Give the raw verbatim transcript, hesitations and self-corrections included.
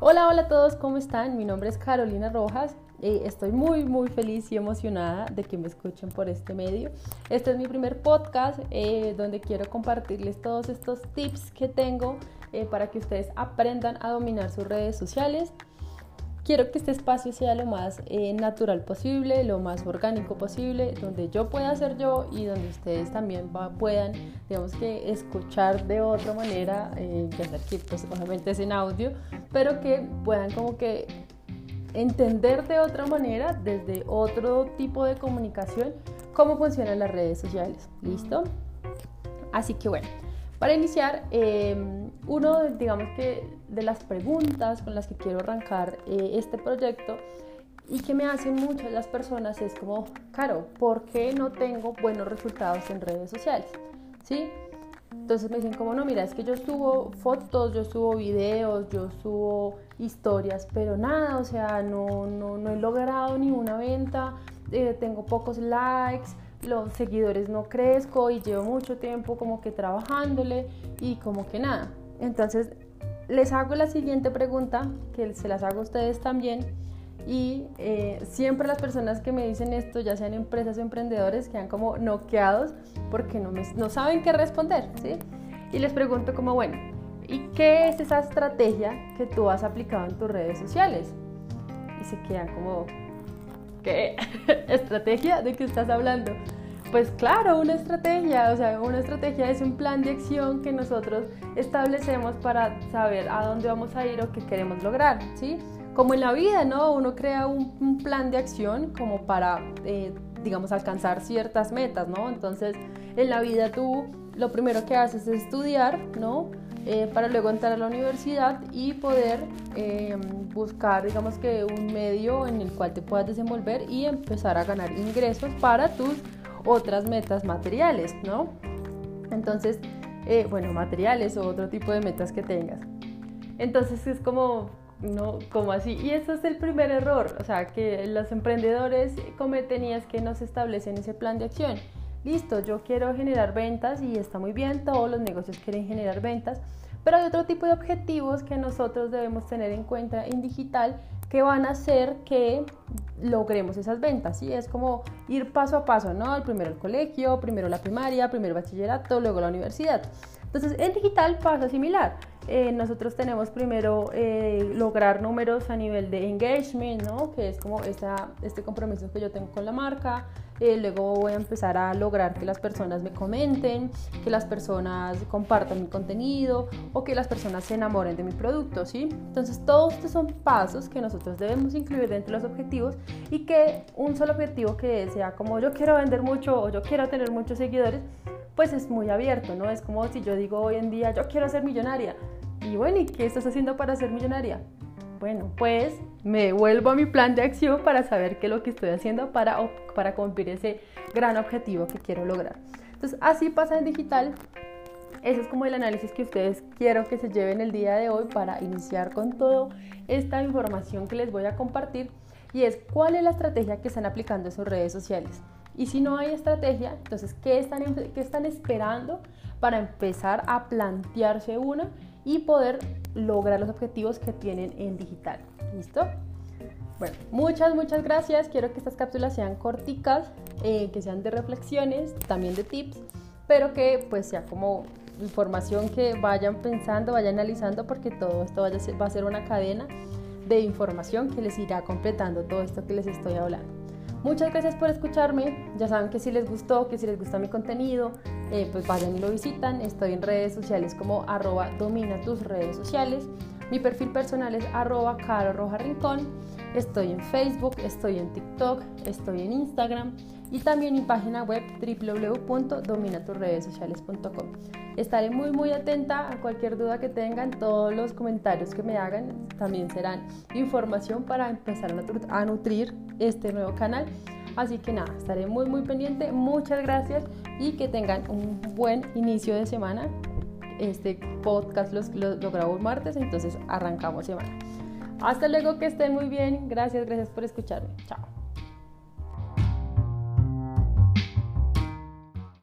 Hola, hola a todos, ¿cómo están? Mi nombre es Carolina Rojas. Eh, estoy muy, muy feliz y emocionada de que me escuchen por este medio. Este es mi primer podcast eh, donde quiero compartirles todos estos tips que tengo eh, para que ustedes aprendan a dominar sus redes sociales. Quiero que este espacio sea lo más eh, natural posible, lo más orgánico posible, donde yo pueda ser yo y donde ustedes también va, puedan, digamos que, escuchar de otra manera, eh, ya sea que pues obviamente es en audio, pero que puedan como que entender de otra manera, desde otro tipo de comunicación, cómo funcionan las redes sociales. ¿Listo? Así que bueno. Para iniciar, eh, uno digamos que de las preguntas con las que quiero arrancar eh, este proyecto y que me hacen muchas las personas es como, Caro, ¿por qué no tengo buenos resultados en redes sociales? ¿Sí? Entonces me dicen como, no, mira, es que yo subo fotos, yo subo videos, yo subo historias, pero nada, o sea, no, no, no he logrado ni una venta, eh, tengo pocos likes, los seguidores no crezco y llevo mucho tiempo como que trabajándole y como que nada. Entonces les hago la siguiente pregunta, que se las hago a ustedes también, y eh, siempre las personas que me dicen esto, ya sean empresas o emprendedores, quedan como noqueados porque no, me, no saben qué responder, ¿sí? Y les pregunto como, bueno, ¿y qué es esa estrategia que tú has aplicado en tus redes sociales? Y se quedan como, ¿qué estrategia? ¿De qué estás hablando? Pues claro, una estrategia, o sea, una estrategia es un plan de acción que nosotros establecemos para saber a dónde vamos a ir o qué queremos lograr, ¿sí? Como en la vida, ¿no? Uno crea un, un plan de acción como para, eh, digamos, alcanzar ciertas metas, ¿no? Entonces, en la vida tú lo primero que haces es estudiar, ¿no? Eh, para luego entrar a la universidad y poder eh, buscar, digamos que un medio en el cual te puedas desenvolver y empezar a ganar ingresos para tus otras metas materiales, ¿no? Entonces, eh, bueno, materiales o otro tipo de metas que tengas. Entonces es como, no, como así. Y eso es el primer error, o sea, que los emprendedores cometen y es que no se establecen ese plan de acción. Listo, yo quiero generar ventas y está muy bien, todos los negocios quieren generar ventas, pero hay otro tipo de objetivos que nosotros debemos tener en cuenta en digital que van a hacer que logremos esas ventas, ¿sí? Es como ir paso a paso, ¿no? Primero el colegio, primero la primaria, primero el bachillerato, luego la universidad. Entonces, en digital pasa similar. Eh, nosotros tenemos primero eh, lograr números a nivel de engagement, ¿no? Que es como esta, este compromiso que yo tengo con la marca. Eh, luego voy a empezar a lograr que las personas me comenten, que las personas compartan mi contenido o que las personas se enamoren de mi producto, ¿sí? Entonces, todos estos son pasos que nosotros debemos incluir dentro de los objetivos y que un solo objetivo que sea como yo quiero vender mucho o yo quiero tener muchos seguidores, pues es muy abierto, ¿no? Es como si yo digo hoy en día, yo quiero ser millonaria. Y bueno, ¿y qué estás haciendo para ser millonaria? Bueno, pues me vuelvo a mi plan de acción para saber qué es lo que estoy haciendo para, para cumplir ese gran objetivo que quiero lograr. Entonces, así pasa en digital. Ese es como el análisis que ustedes quiero que se lleven el día de hoy para iniciar con toda esta información que les voy a compartir. Y es cuál es la estrategia que están aplicando en sus redes sociales. Y si no hay estrategia, entonces, ¿qué están, qué están esperando para empezar a plantearse una y poder lograr los objetivos que tienen en digital? ¿Listo? Bueno, muchas, muchas gracias. Quiero que estas cápsulas sean corticas, eh, que sean de reflexiones, también de tips, pero que pues sea como información que vayan pensando, vayan analizando, porque todo esto vaya a ser, va a ser una cadena de información que les irá completando todo esto que les estoy hablando. Muchas gracias por escucharme. Ya saben que si les gustó, que si les gusta mi contenido, eh, pues vayan y lo visitan. Estoy en redes sociales como arroba domina tus redes sociales. Mi perfil personal es arroba Caro Roja Rincón. Estoy en Facebook, estoy en TikTok, estoy en Instagram y también mi página web doble u doble u doble u punto domina tus redes sociales punto com. Estaré muy muy atenta a cualquier duda que tengan, todos los comentarios que me hagan también serán información para empezar a nutrir este nuevo canal. Así que nada, estaré muy muy pendiente. Muchas gracias y que tengan un buen inicio de semana. Este podcast lo, lo, lo grabo el martes, entonces arrancamos semana. Hasta luego, que estén muy bien. Gracias, gracias por escucharme. Chao.